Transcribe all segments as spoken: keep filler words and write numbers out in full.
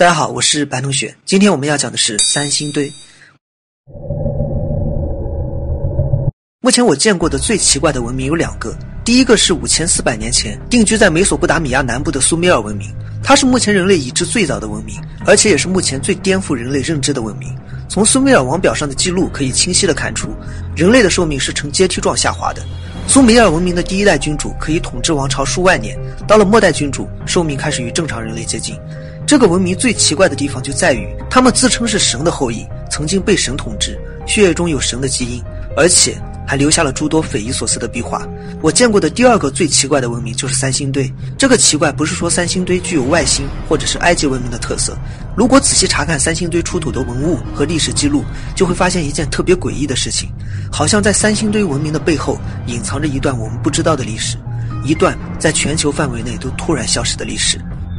大家好，我是白同学。今天我们要讲的是三星堆。目前我见过的最奇怪的文明有两个，第一个是五千四百年前定居在美索不达米亚南部的苏美尔文明，它是目前人类已知最早的文明，而且也是目前最颠覆人类认知的文明。从苏美尔王表上的记录可以清晰地看出，人类的寿命是呈阶梯状下滑的。苏美尔文明的第一代君主可以统治王朝数万年，到了末代君主，寿命开始与正常人类接近。这个文明最奇怪的地方就在于，他们自称是神的后裔，曾经被神统治，血液中有神的基因，而且还留下了诸多匪夷所思的壁画。我见过的第二个最奇怪的文明就是三星堆。这个奇怪不是说三星堆具有外星或者是埃及文明的特色，如果仔细查看三星堆出土的文物和历史记录，就会发现一件特别诡异的事情，好像在三星堆文明的背后隐藏着一段我们不知道的历史，一段在全球范围内都突然消失的历史。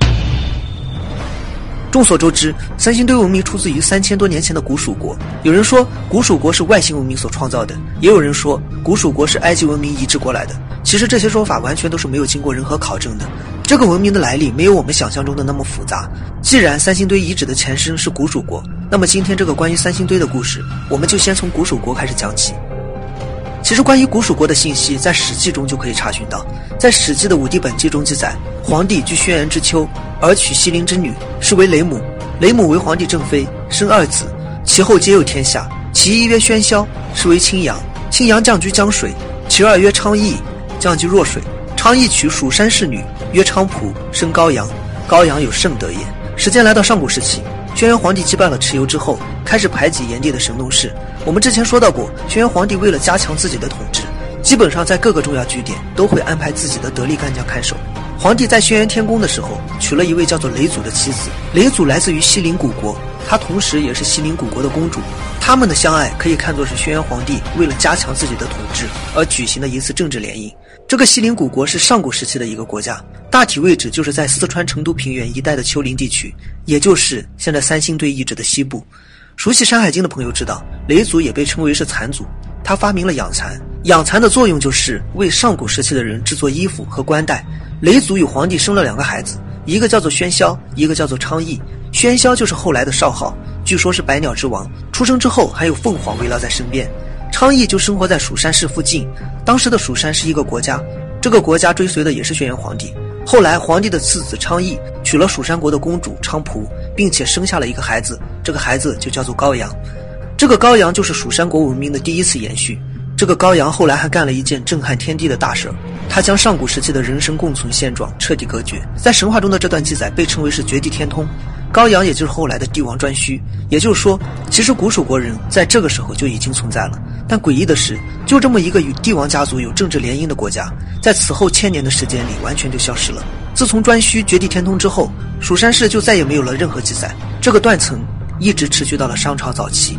众所周知，三星堆文明出自于三千多年前的古蜀国。有人说古蜀国是外星文明所创造的，也有人说古蜀国是埃及文明移植过来的。其实这些说法完全都是没有经过任何考证的。这个文明的来历没有我们想象中的那么复杂。既然三星堆遗址的前身是古蜀国，那么今天这个关于三星堆的故事，我们就先从古蜀国开始讲起。其实关于古蜀国的信息在史记中就可以查询到，在史记的武帝本纪中记载，皇帝居轩辕之丘，而娶西陵之女，是为雷母。雷母为皇帝正妃，生二子，其后皆有天下。其一曰宣萧，是为青阳。青阳降居江水。其二曰昌邑，降居弱水。昌邑娶蜀山氏女，曰昌蒲，生高阳。高阳有圣德也。时间来到上古时期，轩辕皇帝击败了蚩尤之后，开始排挤炎帝的神农氏。我们之前说到过，轩辕皇帝为了加强自己的统治，基本上在各个重要据点都会安排自己的得力干将看守。皇帝在轩辕天宫的时候，娶了一位叫做雷祖的妻子。雷祖来自于西陵古国，她同时也是西陵古国的公主。他们的相爱可以看作是轩辕皇帝为了加强自己的统治而举行的一次政治联姻。这个西陵古国是上古时期的一个国家，大体位置就是在四川成都平原一带的丘陵地区，也就是现在三星堆遗址的西部。熟悉山海经的朋友知道，雷祖也被称为是蚕族，他发明了养蚕。养蚕的作用就是为上古时期的人制作衣服和冠带。雷祖与皇帝生了两个孩子，一个叫做宣萧，一个叫做昌邑。宣萧就是后来的少昊，据说是百鸟之王，出生之后还有凤凰围绕在身边。昌邑就生活在蜀山市附近，当时的蜀山是一个国家，这个国家追随的也是轩辕皇帝。后来皇帝的次子昌邑娶了蜀山国的公主昌蒲，并且生下了一个孩子，这个孩子就叫做高阳。这个高阳就是蜀山国文明的第一次延续。这个高阳后来还干了一件震撼天地的大事，他将上古时期的人神共存现状彻底隔绝。在神话中的这段记载被称为是绝地天通。高阳也就是后来的帝王颛顼，也就是说，其实古蜀国人在这个时候就已经存在了。但诡异的是，就这么一个与帝王家族有政治联姻的国家，在此后千年的时间里完全就消失了。自从颛顼绝地天通之后，蜀山市就再也没有了任何记载，这个断层一直持续到了商朝早期。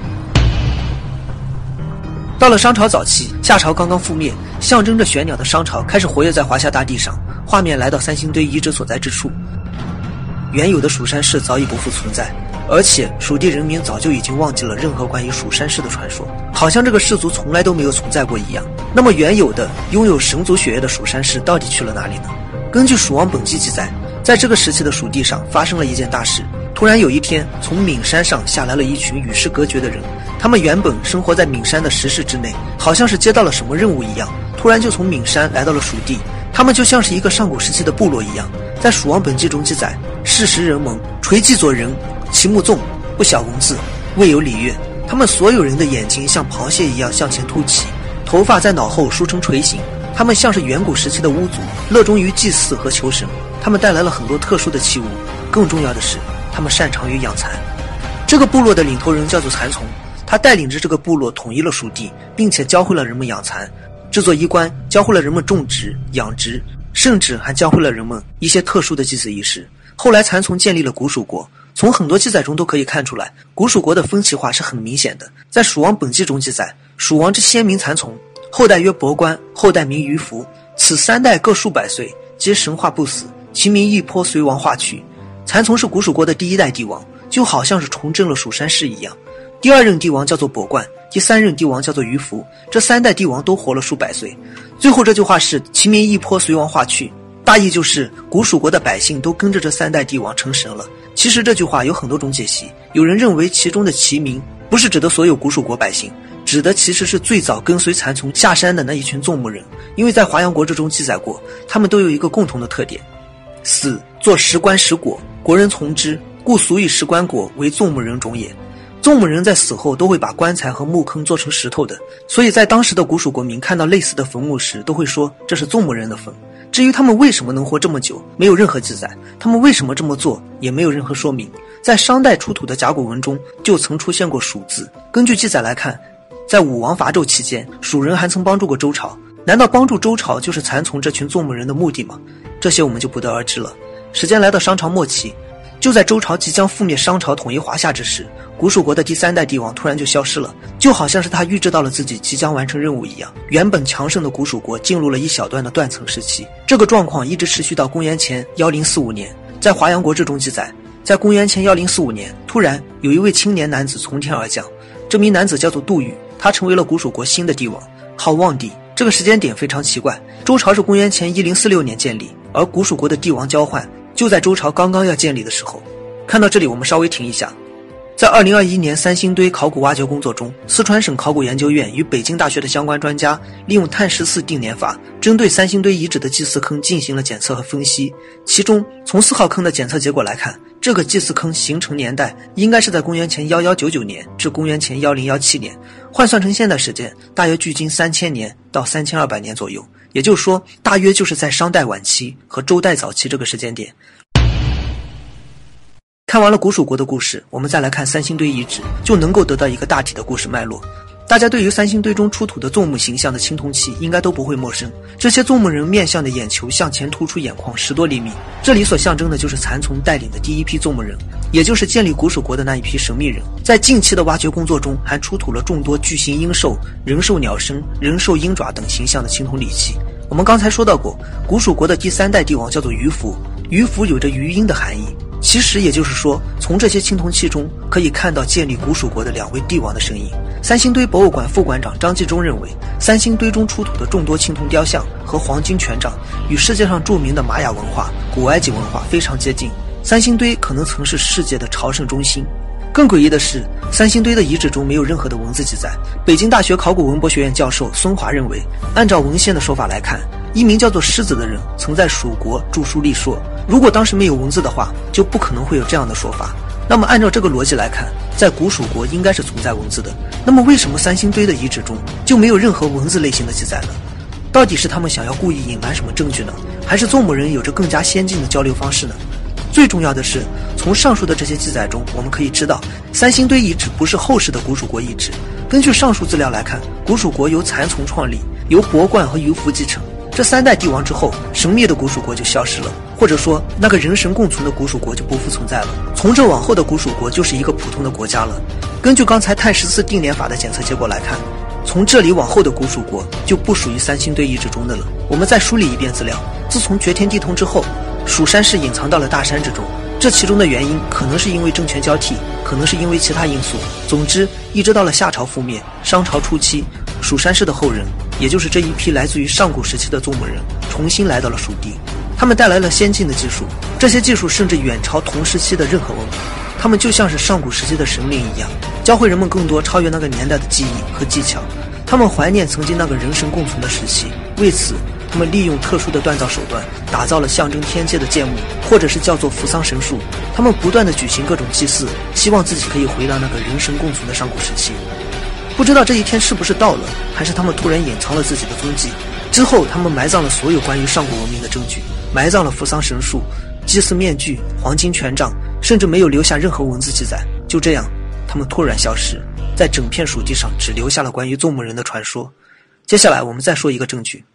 到了商朝早期，夏朝刚刚覆灭，象征着玄鸟的商朝开始活跃在华夏大地上。画面来到三星堆遗址所在之处，原有的蜀山市早已不复存在，而且蜀地人民早就已经忘记了任何关于蜀山市的传说，好像这个氏族从来都没有存在过一样。那么原有的拥有神族血液的蜀山市到底去了哪里呢？根据蜀王本纪记载，在这个时期的蜀地上发生了一件大事。突然有一天，从岷山上下来了一群与世隔绝的人，他们原本生活在岷山的石室之内，好像是接到了什么任务一样，突然就从岷山来到了蜀地。他们就像是一个上古时期的部落一样。在蜀王本纪中记载，是时人蒙，垂髻左人，其目纵，不晓文字，未有礼乐。他们所有人的眼睛像螃蟹一样向前凸起，头发在脑后梳成垂形。他们像是远古时期的巫族，乐衷于祭祀和求神。他们带来了很多特殊的器物，更重要的是他们擅长于养蚕。这个部落的领头人叫做蚕丛，他带领着这个部落统一了蜀地，并且教会了人们养蚕、制作衣冠，教会了人们种植、养殖，甚至还教会了人们一些特殊的祭祀仪式。后来蚕丛建立了古蜀国，从很多记载中都可以看出来，古蜀国的分歧化是很明显的。在蜀王本纪中记载，蜀王之先名蚕丛，后代曰伯冠，后代名于福，此三代各数百岁，皆神话不死，其名一颇随王化去。蚕丛是古蜀国的第一代帝王，就好像是重振了蜀山市一样。第二任帝王叫做伯冠，第三任帝王叫做于福，这三代帝王都活了数百岁。最后这句话是其名一颇随王化去，大大意就是古蜀国的百姓都跟着这三代帝王成神了。其实这句话有很多种解析，有人认为其中的齐民不是指的所有古蜀国百姓，指的其实是最早跟随蚕丛下山的那一群纵目人。因为在华阳国志中记载过，他们都有一个共同的特点：死作食棺食果，国人从之，故俗以食棺果为纵目人种也。纵目人在死后都会把棺材和墓坑做成石头的，所以在当时的古蜀国民看到类似的坟墓时，都会说这是纵目人的坟。至于他们为什么能活这么久，没有任何记载，他们为什么这么做也没有任何说明。在商代出土的甲骨文中就曾出现过蜀字，根据记载来看，在武王伐纣期间，蜀人还曾帮助过周朝。难道帮助周朝就是蚕丛这群纵目人的目的吗？这些我们就不得而知了。时间来到商朝末期，就在周朝即将覆灭商朝统一华夏之时，古蜀国的第三代帝王突然就消失了，就好像是他预知到了自己即将完成任务一样。原本强盛的古蜀国进入了一小段的断层时期，这个状况一直持续到公元前一零四五年。在华阳国志中记载，在公元前一零四五年，突然有一位青年男子从天而降，这名男子叫做杜宇，他成为了古蜀国新的帝王，号望帝。这个时间点非常奇怪，周朝是公元前一零四六年建立，而古蜀国的帝王交换就在周朝刚刚要建立的时候。看到这里我们稍微停一下，在二零二一年三星堆考古挖掘工作中，四川省考古研究院与北京大学的相关专家利用碳十四定年法，针对三星堆遗址的祭祀坑进行了检测和分析。其中从四号坑的检测结果来看，这个祭祀坑形成年代应该是在公元前一一九九年至公元前一零一七年，换算成现代时间大约距今三千年到三千二百年左右，也就是说大约就是在商代晚期和周代早期这个时间点。看完了古蜀国的故事，我们再来看三星堆遗址，就能够得到一个大体的故事脉络。大家对于三星堆中出土的纵目形象的青铜器应该都不会陌生，这些纵目人面相的眼球向前突出眼眶十多厘米，这里所象征的就是蚕丛带领的第一批纵目人，也就是建立古蜀国的那一批神秘人。在近期的挖掘工作中，还出土了众多巨型鹰兽、人兽鸟身、人兽鹰爪等形象的青铜礼器。我们刚才说到过，古蜀国的第三代帝王叫做鱼凫，鱼凫有着鱼鹰的含义，其实也就是说，从这些青铜器中可以看到建立古蜀国的两位帝王的身影。三星堆博物馆副馆长张继忠认为，三星堆中出土的众多青铜雕像和黄金权杖与世界上著名的玛雅文化、古埃及文化非常接近，三星堆可能曾是世界的朝圣中心。更诡异的是，三星堆的遗址中没有任何的文字记载。北京大学考古文博学院教授孙华认为，按照文献的说法来看，一名叫做狮子的人曾在蜀国著书立说，如果当时没有文字的话，就不可能会有这样的说法。那么按照这个逻辑来看，在古蜀国应该是存在文字的，那么为什么三星堆的遗址中就没有任何文字类型的记载呢？到底是他们想要故意隐瞒什么证据呢？还是纵目人有着更加先进的交流方式呢？最重要的是，从上述的这些记载中，我们可以知道，三星堆遗址不是后世的古蜀国遗址。根据上述资料来看，古蜀国由蚕丛创立，由伯冠和鱼凫继承。这三代帝王之后，神秘的古蜀国就消失了，或者说那个人神共存的古蜀国就不复存在了。从这往后的古蜀国就是一个普通的国家了。根据刚才碳十四定年法的检测结果来看，从这里往后的古蜀国就不属于三星堆遗址中的了。我们再梳理一遍资料，自从绝天地通之后，蜀山氏隐藏到了大山之中，这其中的原因可能是因为政权交替，可能是因为其他因素。总之，一直到了夏朝覆灭、商朝初期，蜀山氏的后人，也就是这一批来自于上古时期的纵目人，重新来到了蜀地。他们带来了先进的技术，这些技术甚至远超同时期的任何文明。他们就像是上古时期的神灵一样，教会人们更多超越那个年代的技艺和技巧。他们怀念曾经那个人神共存的时期，为此他们利用特殊的锻造手段，打造了象征天界的建木，或者是叫做扶桑神树。他们不断地举行各种祭祀，希望自己可以回到那个人神共存的上古时期。不知道这一天是不是到了，还是他们突然隐藏了自己的踪迹。之后他们埋葬了所有关于上古文明的证据，埋葬了扶桑神树、祭祀面具、黄金权杖，甚至没有留下任何文字记载。就这样，他们突然消失，在整片蜀地上只留下了关于纵目人的传说。接下来我们再说一个证据。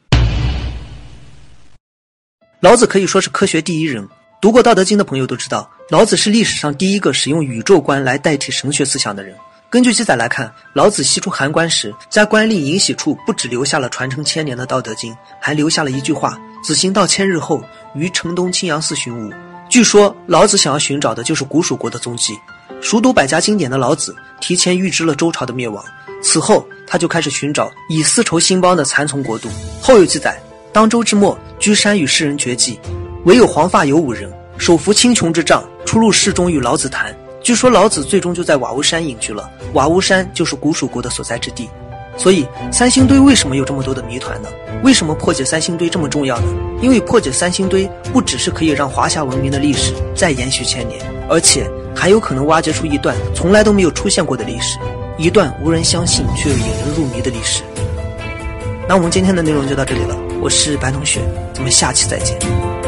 老子可以说是科学第一人，读过《道德经》的朋友都知道，老子是历史上第一个使用宇宙观来代替神学思想的人。根据记载来看，老子西出函关时，在官吏尹喜处不只留下了传承千年的《道德经》，还留下了一句话：子行道千日后，于城东青阳寺寻吾。据说老子想要寻找的就是古蜀国的踪迹。熟读百家经典的老子提前预知了周朝的灭亡，此后他就开始寻找以丝绸兴邦的蚕丛国度。后有记载，当周之末， 居山与世人绝迹，唯有黄发有五人，手扶青琼之杖，出入室中与老子谈。据说老子最终就在瓦屋山隐居了，瓦屋山就是古蜀国的所在之地。所以三星堆为什么有这么多的谜团呢？为什么破解三星堆这么重要呢？因为破解三星堆不只是可以让华夏文明的历史再延续千年，而且还有可能挖掘出一段从来都没有出现过的历史，一段无人相信却又引人入迷的历史。那我们今天的内容就到这里了，我是白同学，咱们下期再见。